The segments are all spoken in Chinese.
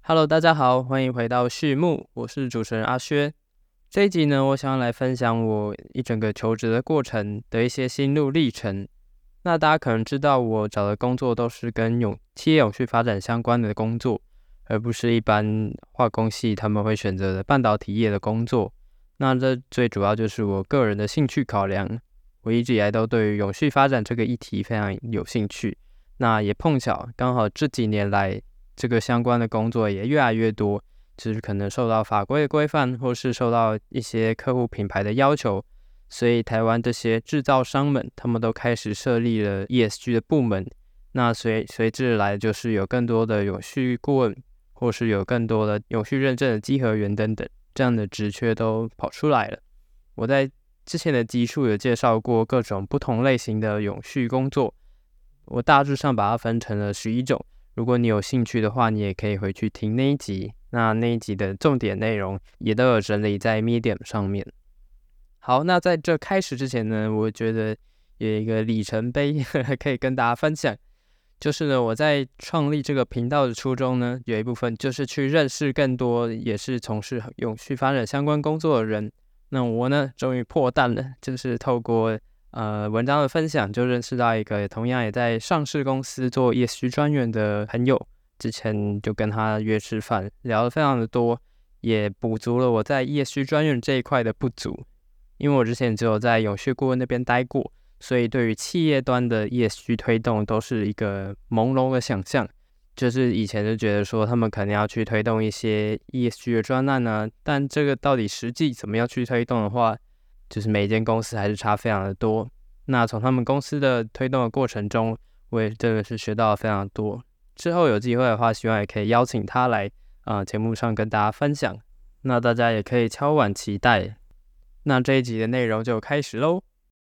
Hello，大家好，欢迎回到序幕，我是主持人阿薛。这一集呢，我想要来分享我一整个求职的过程的一些心路历程。那大家可能知道，我找的工作都是跟企业永续发展相关的工作，而不是一般化工系他们会选择的半导体业的工作。那这最主要就是我个人的兴趣考量，我一直以来都对于永续发展这个议题非常有兴趣。那也碰巧刚好这几年来，这个相关的工作也越来越多，就是可能受到法规的规范，或是受到一些客户品牌的要求，所以台湾这些制造商们，他们都开始设立了 ESG 的部门。那随之而来就是有更多的永续顾问，或是有更多的永续认证的稽核员等等，这样的职缺都跑出来了。我在之前的集数有介绍过各种不同类型的永续工作，我大致上把它分成了11种。如果你有兴趣的话，你也可以回去听那一集。那一集的重点内容也都有整理在 Medium 上面。好，那在这开始之前呢，我觉得有一个里程碑可以跟大家分享，就是呢，我在创立这个频道的初衷呢，有一部分就是去认识更多也是从事永续发展相关工作的人。那我呢，终于破蛋了，就是透过文章的分享，就认识到一个同样也在上市公司做 ESG 专员的朋友。之前就跟他约吃饭，聊得非常的多，也补足了我在 ESG 专员这一块的不足。因为我之前只有在永续顾问那边待过，所以对于企业端的 ESG 推动都是一个朦胧的想象。就是以前就觉得说他们可能要去推动一些 ESG 的专案啊，但这个到底实际怎么样去推动的话，就是每一间公司还是差非常的多。那从他们公司的推动的过程中，我也真的是学到了非常多。之后有机会的话，希望也可以邀请他来节目上跟大家分享。那大家也可以敲碗期待。那这一集的内容就开始咯。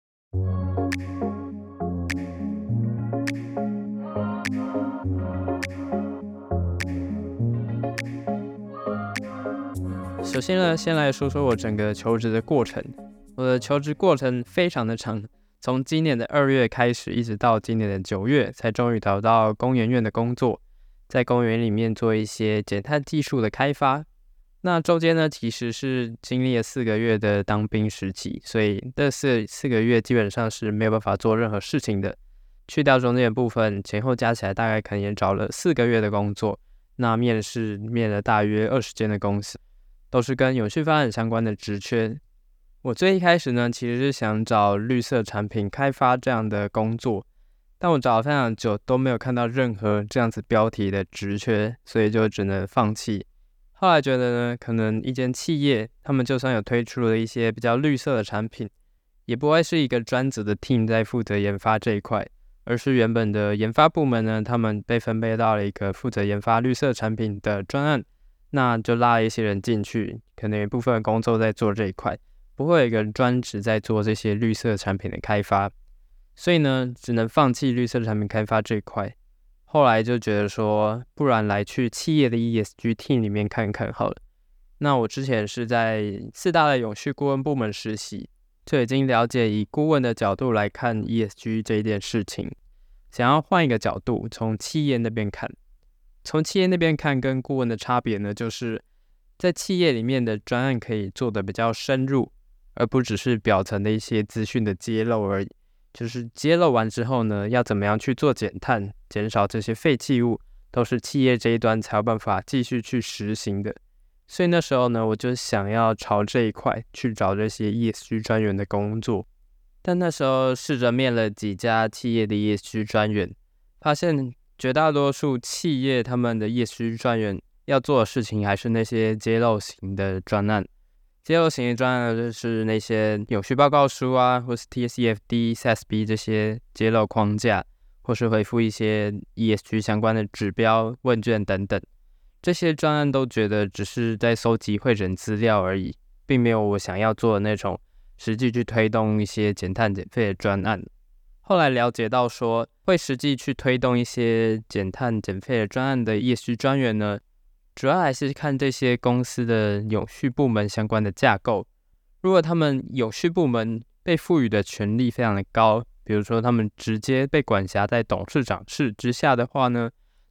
首先呢，先来说说我整个求职的过程。我的求职过程非常的长，从今年的2月开始，一直到今年的9月，才终于找到工研院的工作，在公园里面做一些减碳技术的开发。那中间呢，其实是经历了4个月的当兵时期，所以这四个月基本上是没有办法做任何事情的。去掉中间的部分，前后加起来大概可能也找了4个月的工作。那面试面了大约20间的公司，都是跟永续发展相关的职缺。我最一开始呢，其实是想找绿色产品开发这样的工作，但我找了非常久都没有看到任何这样子标题的职缺，所以就只能放弃。后来觉得呢，可能一间企业他们就算有推出了一些比较绿色的产品，也不会是一个专职的 team 在负责研发这一块，而是原本的研发部门呢，他们被分配到了一个负责研发绿色产品的专案，那就拉了一些人进去，可能有一部分的工作在做这一块，不会有一个人专职在做这些绿色产品的开发，所以呢，只能放弃绿色产品开发这一块。后来就觉得说，不然来去企业的 ESG team 里面看看好了。那我之前是在4大的永续顾问部门实习，就已经了解以顾问的角度来看 ESG 这一件事情。想要换一个角度，从企业那边看，从企业那边看跟顾问的差别呢，就是在企业里面的专案可以做得比较深入，而不只是表层的一些资讯的揭露而已。就是揭露完之后呢，要怎么样去做减碳，减少这些废弃物，都是企业这一端才有办法继续去实行的。所以那时候呢，我就想要朝这一块去找这些 ESG 专员的工作。但那时候试着面了几家企业的 ESG 专员，发现绝大多数企业他们的 ESG 专员要做的事情还是那些揭露型的专案。揭露型的专案就是那些永续报告书啊，或是 TCFD、SASB 这些揭露框架，或是回复一些 ESG 相关的指标问卷等等。这些专案都觉得只是在收集汇整资料而已，并没有我想要做的那种实际去推动一些减碳减废的专案。后来了解到说，会实际去推动一些减碳减废的专案的 ESG 专员呢，主要还是看这些公司的永续部门相关的架构。如果他们永续部门被赋予的权力非常的高，比如说他们直接被管辖在董事长室之下的话呢，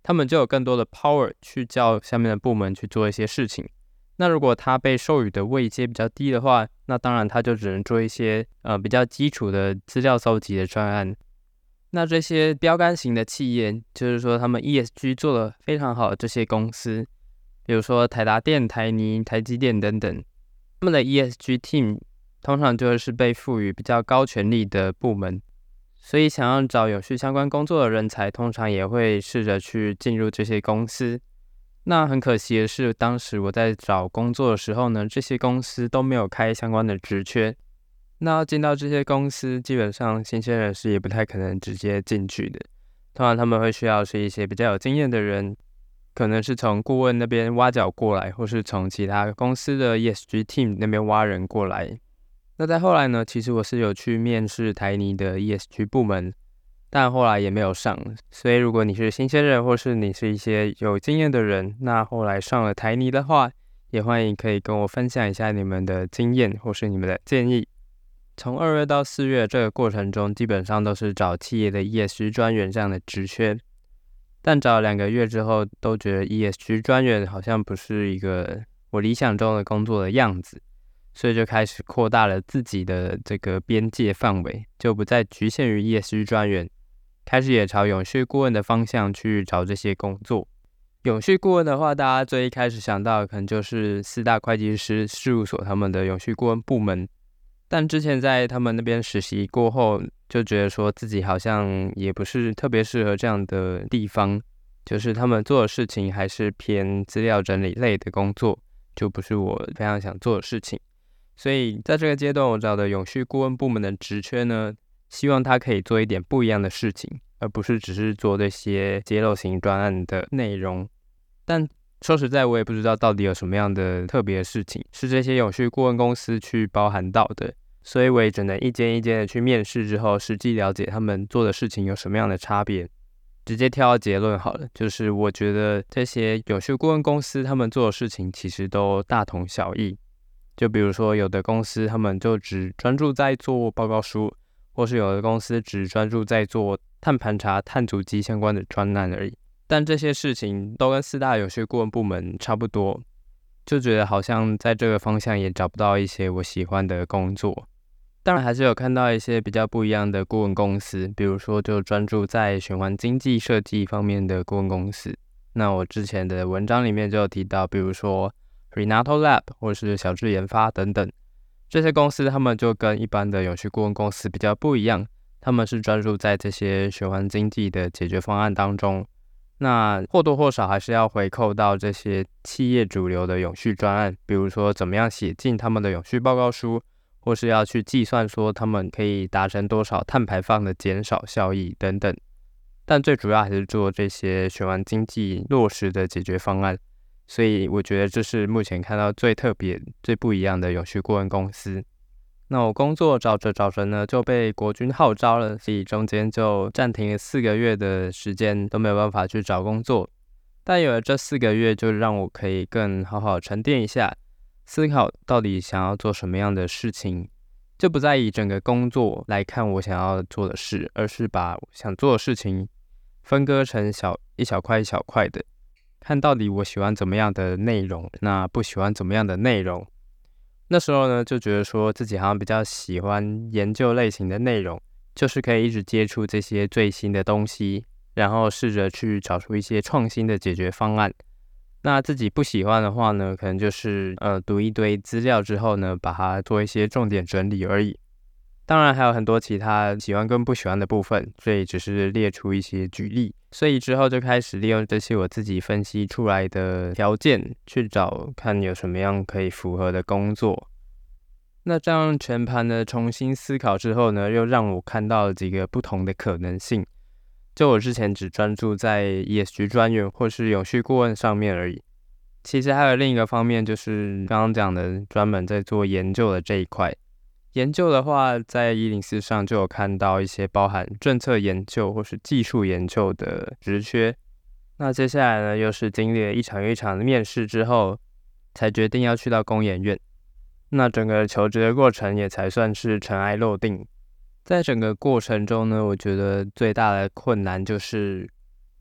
他们就有更多的 power 去叫下面的部门去做一些事情。那如果他被授予的位阶比较低的话，那当然他就只能做一些比较基础的资料搜集的专案。那这些标杆型的企业，就是说他们 ESG 做得非常好的这些公司，比如说台达电、台泥、台积电等等，他们的 ESG team 通常就是被赋予比较高权力的部门，所以想要找永续相关工作的人才，通常也会试着去进入这些公司。那很可惜的是，当时我在找工作的时候呢，这些公司都没有开相关的职缺。那要进到这些公司，基本上新鲜人士也不太可能直接进去的。通常他们会需要是一些比较有经验的人，可能是从顾问那边挖角过来，或是从其他公司的 ESG team 那边挖人过来。那在后来呢，其实我是有去面试台泥的 ESG 部门，但后来也没有上。所以如果你是新鲜人，或是你是一些有经验的人，那后来上了台泥的话，也欢迎可以跟我分享一下你们的经验或是你们的建议。从2月到4月这个过程中，基本上都是找企业的 ESG 专员这样的职缺，但找了2个月之后，都觉得 ESG 专员好像不是一个我理想中的工作的样子，所以就开始扩大了自己的这个边界范围，就不再局限于 ESG 专员，开始也朝永续顾问的方向去找这些工作。永续顾问的话，大家最一开始想到的可能就是4大会计师事务所他们的永续顾问部门，但之前在他们那边实习过后，就觉得说自己好像也不是特别适合这样的地方，就是他们做的事情还是偏资料整理类的工作，就不是我非常想做的事情。所以在这个阶段，我找的永续顾问部门的职缺呢，希望他可以做一点不一样的事情，而不是只是做这些揭露型专案的内容。但说实在，我也不知道到底有什么样的特别的事情是这些永续顾问公司去包含到的，所以我也只能一间一间的去面试之后，实际了解他们做的事情有什么样的差别。直接跳到结论好了，就是我觉得这些永续顾问公司他们做的事情其实都大同小异。就比如说有的公司他们就只专注在做报告书，或是有的公司只专注在做碳盘查、碳足迹相关的专案而已。但这些事情都跟4大永续顾问部门差不多，就觉得好像在这个方向也找不到一些我喜欢的工作。当然还是有看到一些比较不一样的顾问公司，比如说就专注在循环经济设计方面的顾问公司。那我之前的文章里面就有提到，比如说 Renato Lab 或是小智研发等等，这些公司他们就跟一般的永续顾问公司比较不一样，他们是专注在这些循环经济的解决方案当中。那或多或少还是要回扣到这些企业主流的永续专案，比如说怎么样写进他们的永续报告书，或是要去计算说他们可以达成多少碳排放的减少效益等等。但最主要还是做这些循环经济落实的解决方案，所以我觉得这是目前看到最特别、最不一样的永续顾问公司。那我工作找着呢，就被国军号召了，所以中间就暂停了4个月的时间，都没有办法去找工作。但有了这4个月，就让我可以更好好沉淀一下，思考到底想要做什么样的事情，就不再以整个工作来看我想要做的事，而是把想做的事情分割成一小块一小块的，看到底我喜欢怎么样的内容，那不喜欢怎么样的内容。那时候呢，就觉得说自己好像比较喜欢研究类型的内容，就是可以一直接触这些最新的东西，然后试着去找出一些创新的解决方案。那自己不喜欢的话呢，可能就是读一堆资料之后呢，把它做一些重点整理而已。当然还有很多其他喜欢跟不喜欢的部分，所以只是列出一些举例。所以之后就开始利用这些我自己分析出来的条件，去找看有什么样可以符合的工作。那这样全盘的重新思考之后呢，又让我看到了几个不同的可能性。就我之前只专注在 ESG 专员或是永续顾问上面而已，其实还有另一个方面，就是刚刚讲的专门在做研究的这一块。研究的话，在104上就有看到一些包含政策研究或是技术研究的职缺。那接下来呢，又是经历了一场又一场的面试之后，才决定要去到工研院。那整个求职的过程也才算是尘埃落定。在整个过程中呢，我觉得最大的困难就是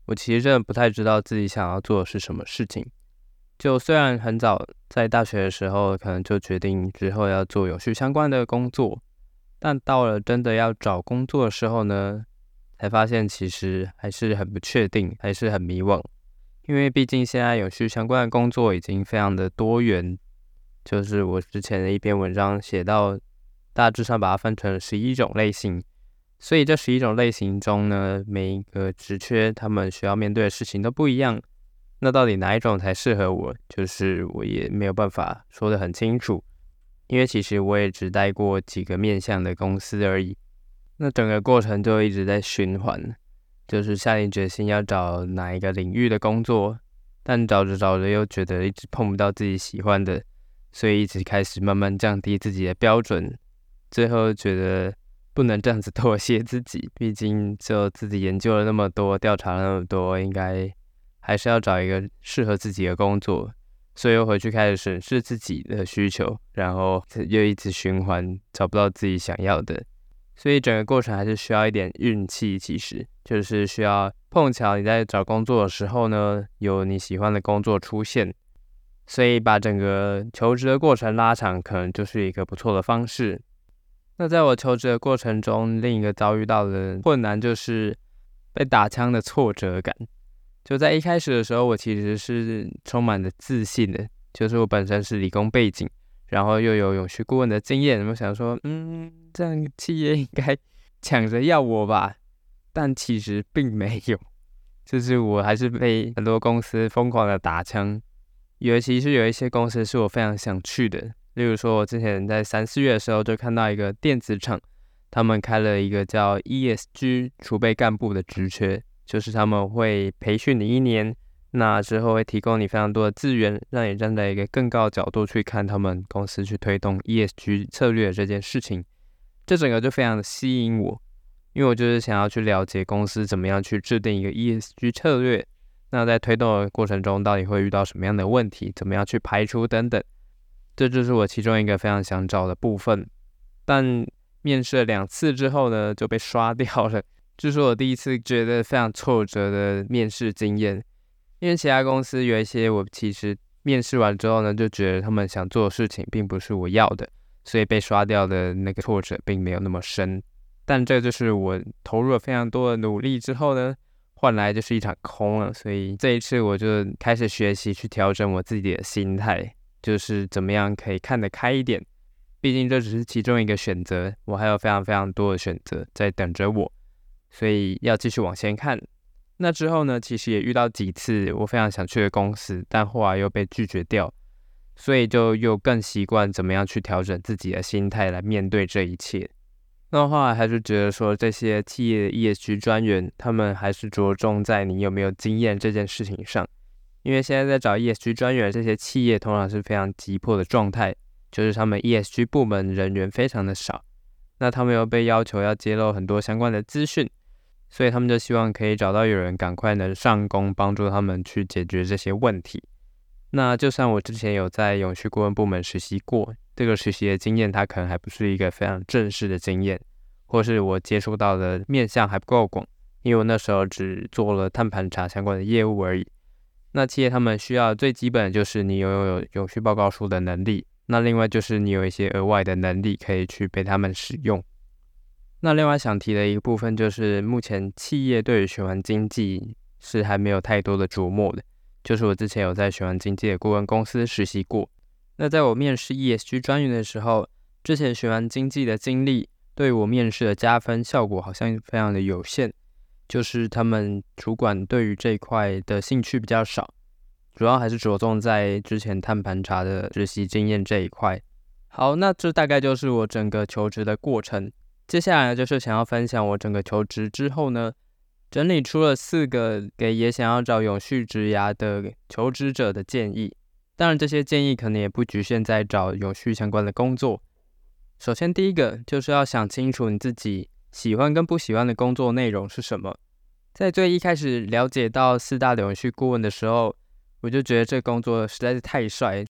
我其实真的不太知道自己想要做的是什么事情。就虽然很早在大学的时候可能就决定之后要做永续相关的工作，但到了真的要找工作的时候呢，才发现其实还是很不确定，还是很迷惘。因为毕竟现在永续相关的工作已经非常的多元，就是我之前的一篇文章写到，大致上把它分成了11种类型，所以这11种类型中呢，每一个职缺他们需要面对的事情都不一样。那到底哪一种才适合我？就是我也没有办法说得很清楚，因为其实我也只待过几个面向的公司而已。那整个过程就一直在循环，就是下定决心要找哪一个领域的工作，但找着找着又觉得一直碰不到自己喜欢的，所以一直开始慢慢降低自己的标准，最后觉得不能这样子妥协自己，毕竟就自己研究了那么多，调查了那么多，应该还是要找一个适合自己的工作，所以又回去开始审视自己的需求，然后又一直循环，找不到自己想要的。所以整个过程还是需要一点运气，其实就是需要碰巧你在找工作的时候呢，有你喜欢的工作出现，所以把整个求职的过程拉长，可能就是一个不错的方式。那在我求职的过程中，另一个遭遇到的困难就是被打枪的挫折感。就在一开始的时候，我其实是充满着自信的，就是我本身是理工背景，然后又有永续顾问的经验，我想说，这样企业应该抢着要我吧，但其实并没有，就是我还是被很多公司疯狂的打枪，尤其是有一些公司是我非常想去的，例如说我之前在3、4月的时候就看到一个电子厂，他们开了一个叫 ESG 储备干部的职缺，就是他们会培训你1年，那之后会提供你非常多的资源，让你站在一个更高的角度去看他们公司去推动 ESG 策略这件事情。这整个就非常的吸引我，因为我就是想要去了解公司怎么样去制定一个 ESG 策略，那在推动的过程中到底会遇到什么样的问题，怎么样去排除等等，这就是我其中一个非常想找的部分。但面试了2次之后呢，就被刷掉了，这是我第一次觉得非常挫折的面试经验。因为其他公司有一些我其实面试完之后呢，就觉得他们想做的事情并不是我要的，所以被刷掉的那个挫折并没有那么深。但这就是我投入了非常多的努力之后呢，换来就是一场空了。所以这一次我就开始学习去调整我自己的心态，就是怎么样可以看得开一点。毕竟这只是其中一个选择，我还有非常非常多的选择在等着我，所以要继续往前看。那之后呢，其实也遇到几次我非常想去的公司，但后来又被拒绝掉，所以就又更习惯怎么样去调整自己的心态来面对这一切。那后来还是觉得说，这些企业的 ESG 专员，他们还是着重在你有没有经验这件事情上，因为现在在找 ESG 专员，这些企业通常是非常急迫的状态，就是他们 ESG 部门人员非常的少，那他们又被要求要揭露很多相关的资讯，所以他们就希望可以找到有人赶快能上工，帮助他们去解决这些问题。那就算我之前有在永续顾问部门实习过，这个实习的经验它可能还不是一个非常正式的经验，或是我接触到的面向还不够广，因为我那时候只做了碳盘查相关的业务而已。那企业他们需要最基本的就是你拥有永续报告书的能力，那另外就是你有一些额外的能力可以去被他们使用。那另外想提的一个部分就是，目前企业对于循环经济是还没有太多的琢磨的。就是我之前有在循环经济的顾问公司实习过，那在我面试 ESG 专员的时候，之前循环经济的经历对我面试的加分效果好像非常的有限，就是他们主管对于这一块的兴趣比较少，主要还是着重在之前碳盘查的实习经验这一块。好，那这大概就是我整个求职的过程。接下来就是想要分享我整个求职之后呢，整理出了4个给也想要找永续职涯的求职者的建议。当然这些建议可能也不局限在找永续相关的工作。首先第一个就是要想清楚你自己喜欢跟不喜欢的工作内容是什么。在最一开始了解到4大的永续顾问的时候，我就觉得这工作实在是太帅，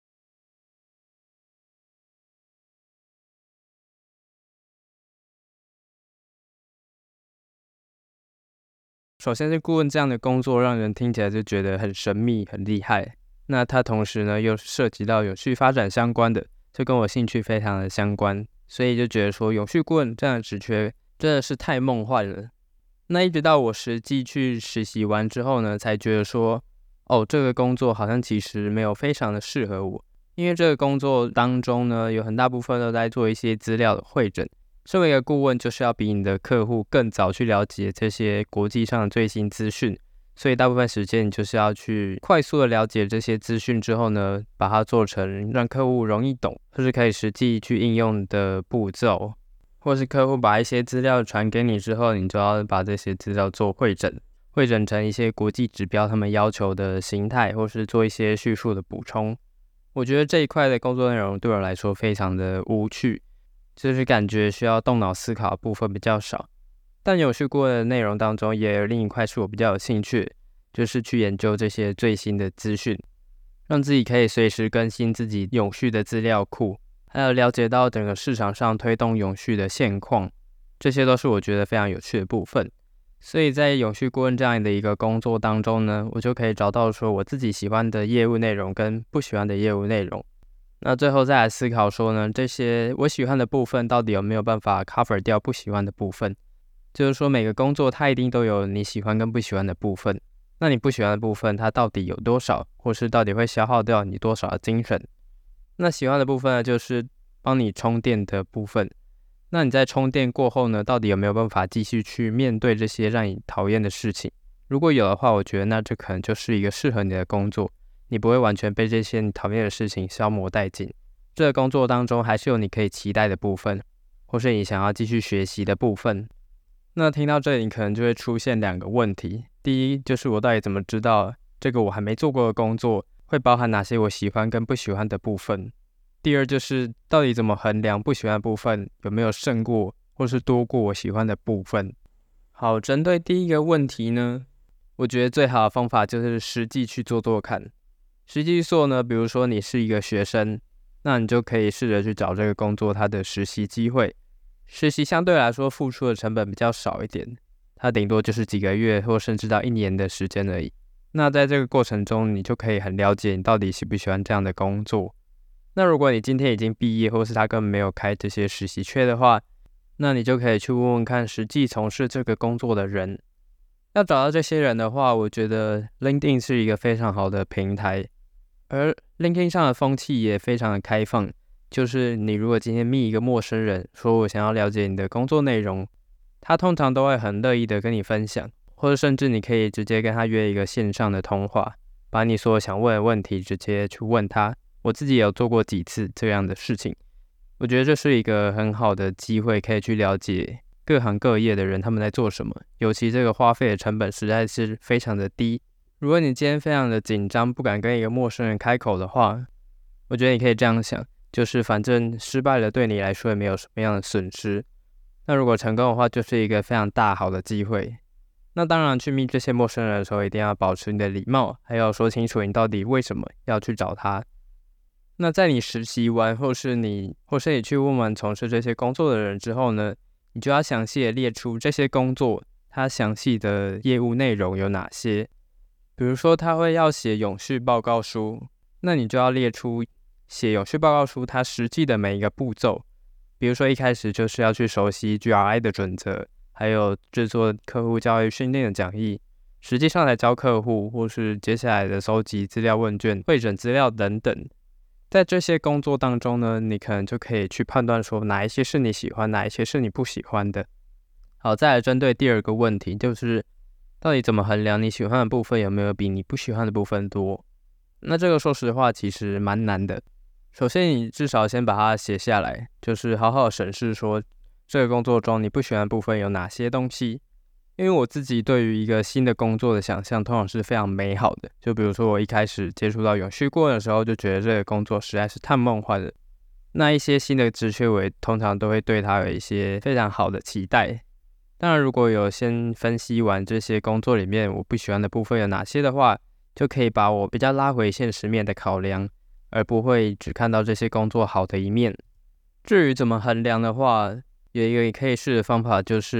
首先是顾问这样的工作让人听起来就觉得很神秘很厉害，那它同时呢又涉及到永续发展相关的，就跟我兴趣非常的相关，所以就觉得说永续顾问这样的职缺真的是太梦幻了。那一直到我实际去实习完之后呢，才觉得说这个工作好像其实没有非常的适合我，因为这个工作当中呢有很大部分都在做一些资料的汇整。身为一个顾问，就是要比你的客户更早去了解这些国际上的最新资讯，所以大部分时间你就是要去快速的了解这些资讯之后呢，把它做成让客户容易懂，或是可以实际去应用的步骤，或是客户把一些资料传给你之后，你就要把这些资料做汇整成一些国际指标他们要求的形态，或是做一些叙述的补充。我觉得这一块的工作内容对我来说非常的无趣，就是感觉需要动脑思考的部分比较少。但有去过的内容当中，也有另一块是我比较有兴趣的，就是去研究这些最新的资讯，让自己可以随时更新自己永续的资料库，还有了解到整个市场上推动永续的现况，这些都是我觉得非常有趣的部分。所以在永续顾问这样的一个工作当中呢，我就可以找到说我自己喜欢的业务内容跟不喜欢的业务内容。那最后再来思考说呢，这些我喜欢的部分到底有没有办法 cover 掉不喜欢的部分。就是说每个工作它一定都有你喜欢跟不喜欢的部分，那你不喜欢的部分它到底有多少，或是到底会消耗掉你多少的精神。那喜欢的部分呢，就是帮你充电的部分。那你在充电过后呢，到底有没有办法继续去面对这些让你讨厌的事情？如果有的话，我觉得那这可能就是一个适合你的工作，你不会完全被这些你讨厌的事情消磨殆尽。这个工作当中还是有你可以期待的部分，或是你想要继续学习的部分。那听到这里可能就会出现两个问题，第一就是我到底怎么知道这个我还没做过的工作会包含哪些我喜欢跟不喜欢的部分？第二就是到底怎么衡量不喜欢的部分有没有胜过或是多过我喜欢的部分？好，针对第一个问题呢，我觉得最好的方法就是实际去做做看。实际做呢，比如说你是一个学生，那你就可以试着去找这个工作它的实习机会。实习相对来说付出的成本比较少一点，它顶多就是几个月或甚至到1年的时间而已。那在这个过程中，你就可以很了解你到底喜不喜欢这样的工作。那如果你今天已经毕业，或是他根本没有开这些实习缺的话，那你就可以去问问看实际从事这个工作的人。要找到这些人的话，我觉得 LinkedIn 是一个非常好的平台，而 LinkedIn 上的风气也非常的开放，就是你如果今天密一个陌生人，说我想要了解你的工作内容，他通常都会很乐意的跟你分享，或者甚至你可以直接跟他约一个线上的通话，把你所想问的问题直接去问他。我自己也有做过几次这样的事情，我觉得这是一个很好的机会，可以去了解各行各业的人他们在做什么，尤其这个花费的成本实在是非常的低。如果你今天非常的紧张，不敢跟一个陌生人开口的话，我觉得你可以这样想，就是反正失败了对你来说也没有什么样的损失，那如果成功的话，就是一个非常大好的机会。那当然去密这些陌生人的时候，一定要保持你的礼貌，还要说清楚你到底为什么要去找他。那在你实习完，或是你去问完从事这些工作的人之后呢，你就要详细的列出这些工作它详细的业务内容有哪些。比如说他会要写永续报告书，那你就要列出写永续报告书它实际的每一个步骤。比如说一开始就是要去熟悉 GRI 的准则，还有制作客户教育训练的讲义，实际上来教客户，或是接下来的收集资料问卷、汇整资料等等。在这些工作当中呢，你可能就可以去判断说哪一些是你喜欢，哪一些是你不喜欢的。好，再来针对第二个问题，就是到底怎么衡量你喜欢的部分有没有比你不喜欢的部分多？那这个说实话其实蛮难的。首先你至少先把它写下来，就是好好审视说这个工作中你不喜欢的部分有哪些东西。因为我自己对于一个新的工作的想象通常是非常美好的，就比如说我一开始接触到永续顾问的时候，就觉得这个工作实在是太梦幻了。那一些新的职缺，我也通常都会对它有一些非常好的期待。当然如果有先分析完这些工作里面我不喜欢的部分有哪些的话，就可以把我比较拉回现实面的考量，而不会只看到这些工作好的一面。至于怎么衡量的话，有一个可以试的方法，就是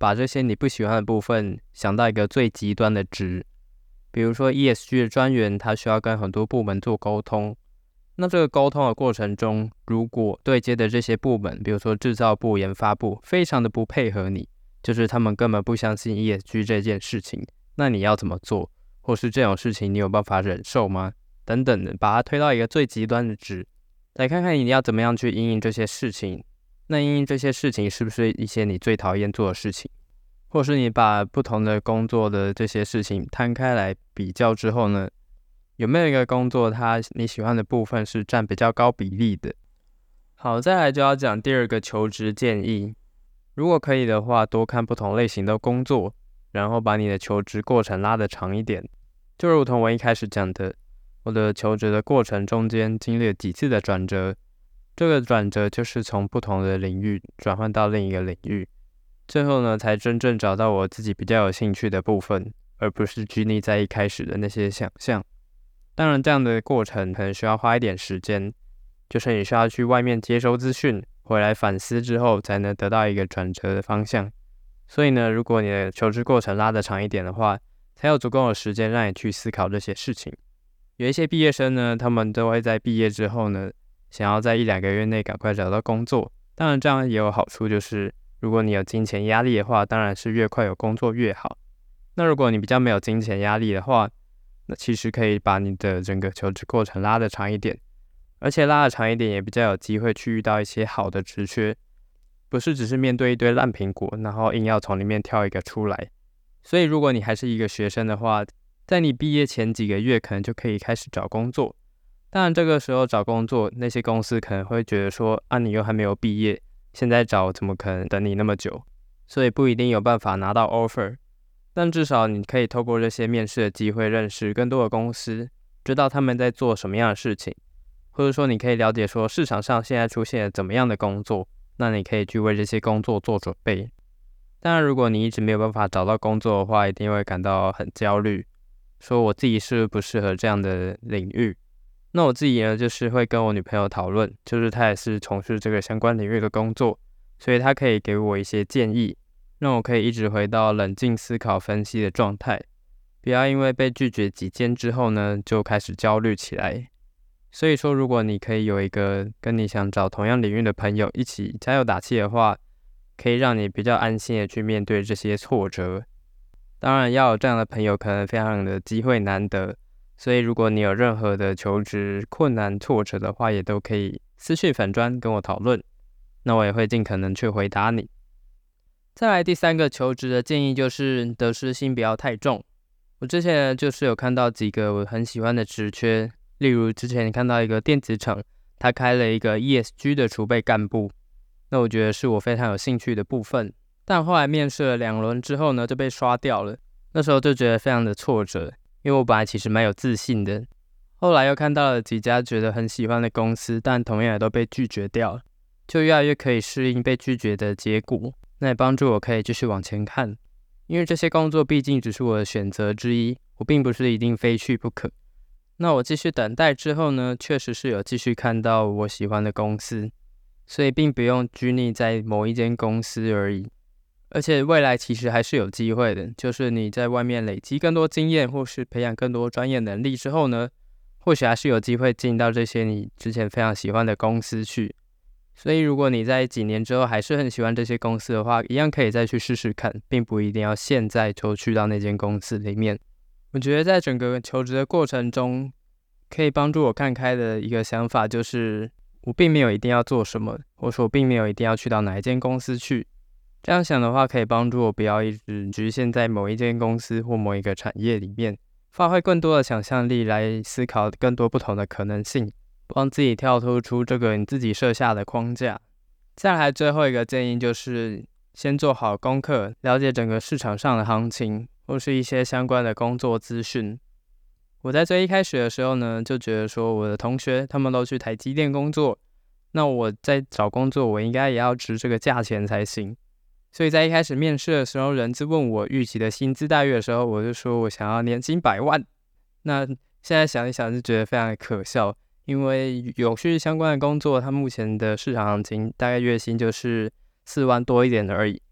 把这些你不喜欢的部分想到一个最极端的值。比如说 ESG 的专员，他需要跟很多部门做沟通，那这个沟通的过程中，如果对接的这些部门，比如说制造部、研发部，非常的不配合你，就是他们根本不相信 ESG 这件事情，那你要怎么做？或是这种事情你有办法忍受吗？等等的，把它推到一个最极端的值，来看看你要怎么样去因应这些事情。那因应这些事情是不是一些你最讨厌做的事情？或是你把不同的工作的这些事情摊开来比较之后呢，有没有一个工作你喜欢的部分是占比较高比例的？好，再来就要讲第二个求职建议。如果可以的话，多看不同类型的工作，然后把你的求职过程拉得长一点。就如同我一开始讲的，我的求职的过程中间经历了几次的转折，这个转折就是从不同的领域转换到另一个领域，最后呢才真正找到我自己比较有兴趣的部分，而不是拘泥在一开始的那些想象。当然这样的过程可能需要花一点时间，就是你需要去外面接收资讯，回来反思之后才能得到一个转折的方向。所以呢，如果你的求职过程拉得长一点的话，才有足够的时间让你去思考这些事情。有一些毕业生呢，他们都会在毕业之后呢，想要在1-2个月内赶快找到工作。当然这样也有好处，就是如果你有金钱压力的话，当然是越快有工作越好。那如果你比较没有金钱压力的话，那其实可以把你的整个求职过程拉得长一点，而且拉得长一点也比较有机会去遇到一些好的职缺，不是只是面对一堆烂苹果，然后硬要从里面挑一个出来。所以如果你还是一个学生的话，在你毕业前几个月可能就可以开始找工作。当然这个时候找工作，那些公司可能会觉得说，你又还没有毕业，现在找怎么可能等你那么久，所以不一定有办法拿到 offer。但至少你可以透过这些面试的机会认识更多的公司，知道他们在做什么样的事情，或者说你可以了解说市场上现在出现了怎么样的工作，那你可以去为这些工作做准备。当然如果你一直没有办法找到工作的话，一定会感到很焦虑，说我自己是不适合这样的领域。那我自己呢，就是会跟我女朋友讨论，就是她也是从事这个相关领域的工作，所以她可以给我一些建议，让我可以一直回到冷静思考分析的状态，不要因为被拒绝几间之后呢，就开始焦虑起来。所以说如果你可以有一个跟你想找同样领域的朋友一起加油打气的话，可以让你比较安心的去面对这些挫折。当然要有这样的朋友可能非常的机会难得，所以如果你有任何的求职困难挫折的话，也都可以私讯粉专跟我讨论，那我也会尽可能去回答你。再来第三个求职的建议就是得失心不要太重。我之前就是有看到几个我很喜欢的职缺，例如之前看到一个电子厂，他开了一个 ESG 的储备干部，那我觉得是我非常有兴趣的部分，但后来面试了2轮之后呢，就被刷掉了。那时候就觉得非常的挫折，因为我本来其实蛮有自信的。后来又看到了几家觉得很喜欢的公司，但同样也都被拒绝掉了，就越来越可以适应被拒绝的结果，那也帮助我可以继续往前看。因为这些工作毕竟只是我的选择之一，我并不是一定非去不可。那我继续等待之后呢，确实是有继续看到我喜欢的公司，所以并不用拘泥在某一间公司而已。而且未来其实还是有机会的，就是你在外面累积更多经验，或是培养更多专业能力之后呢，或许还是有机会进到这些你之前非常喜欢的公司去。所以如果你在几年之后还是很喜欢这些公司的话，一样可以再去试试看，并不一定要现在就去到那间公司里面。我觉得在整个求职的过程中，可以帮助我看开的一个想法就是我并没有一定要做什么，或者说我并没有一定要去到哪一间公司去。这样想的话，可以帮助我不要一直局限在某一间公司或某一个产业里面，发挥更多的想象力来思考更多不同的可能性，帮自己跳脱出这个你自己设下的框架。再来最后一个建议就是先做好功课，了解整个市场上的行情，或是一些相关的工作资讯。我在最一开始的时候呢，就觉得说我的同学他们都去台积电工作，那我在找工作我应该也要值这个价钱才行。所以在一开始面试的时候，人资问我预期的薪资待遇的时候，我就说我想要年薪100万。那现在想一想就觉得非常的可笑，因为永续相关的工作它目前的市场行情大概月薪就是4万多一点而已，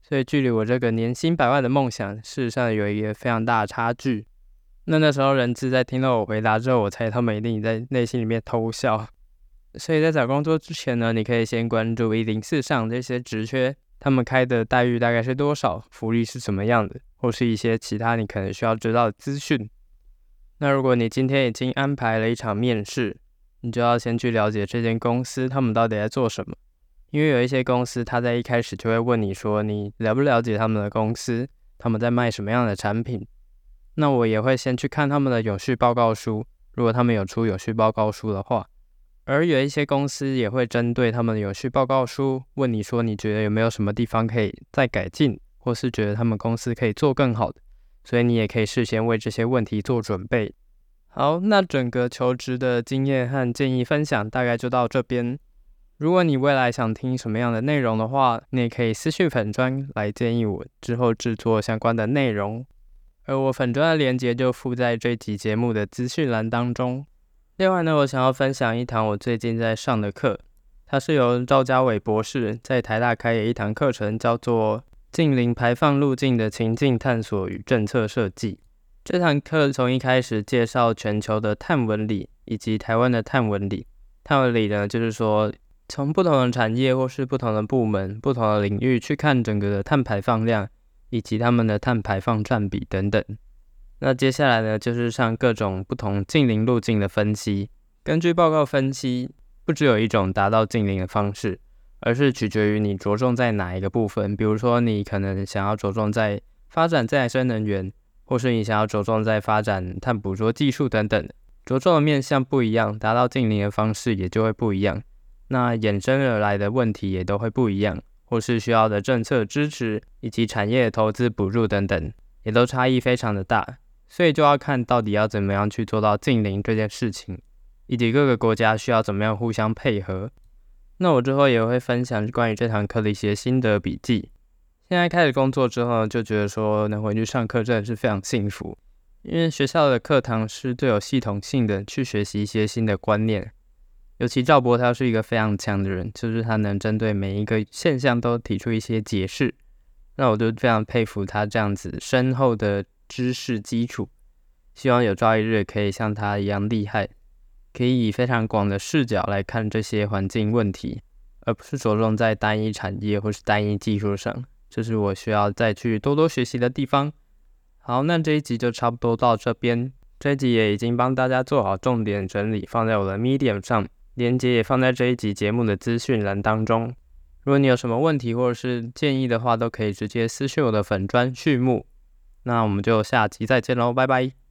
所以距离我这个年薪100万的梦想，事实上有一个非常大的差距。那时候人资在听到我回答之后，我猜他们一定在内心里面偷笑。所以在找工作之前呢，你可以先关注104上这些职缺，他们开的待遇大概是多少，福利是什么样的，或是一些其他你可能需要知道的资讯。那如果你今天已经安排了一场面试，你就要先去了解这间公司他们到底在做什么。因为有一些公司他在一开始就会问你说，你了不了解他们的公司，他们在卖什么样的产品。那我也会先去看他们的永续报告书，如果他们有出永续报告书的话。而有一些公司也会针对他们的永续报告书问你说，你觉得有没有什么地方可以再改进，或是觉得他们公司可以做更好的，所以你也可以事先为这些问题做准备。好，那整个求职的经验和建议分享大概就到这边。如果你未来想听什么样的内容的话，你也可以私讯粉专来建议我之后制作相关的内容，而我粉专的连结就附在这集节目的资讯栏当中。另外呢，我想要分享一堂我最近在上的课，它是由赵家伟博士在台大开的一堂课程，叫做净零排放路径的情境探索与政策设计。这堂课从一开始介绍全球的碳纹理以及台湾的碳纹理。碳纹理呢，就是说从不同的产业或是不同的部门、不同的领域去看整个的碳排放量以及他们的碳排放占比等等。那接下来呢，就是上各种不同净零路径的分析。根据报告分析，不只有一种达到净零的方式，而是取决于你着重在哪一个部分。比如说，你可能想要着重在发展再生能源，或是你想要着重在发展碳捕捉技术等等，着重的面向不一样，达到净零的方式也就会不一样。那衍生而来的问题也都会不一样，或是需要的政策支持以及产业投资补助等等，也都差异非常的大。所以就要看到底要怎么样去做到净零这件事情，以及各个国家需要怎么样互相配合。那我之后也会分享关于这堂课的一些心得笔记。现在开始工作之后，就觉得说能回去上课真的是非常幸福，因为学校的课堂是最有系统性的去学习一些新的观念。尤其赵博他是一个非常强的人，就是他能针对每一个现象都提出一些解释，那我就非常佩服他这样子深厚的知识基础。希望有朝一日可以像他一样厉害，可以以非常广的视角来看这些环境问题，而不是着重在单一产业或是单一技术上。这是我需要再去多多学习的地方。好，那这一集就差不多到这边。这一集也已经帮大家做好重点整理，放在我的 Medium 上，连结也放在这一集节目的资讯栏当中。如果你有什么问题或者是建议的话，都可以直接私讯我的粉专畜牧。那我们就下集再见喽，拜拜。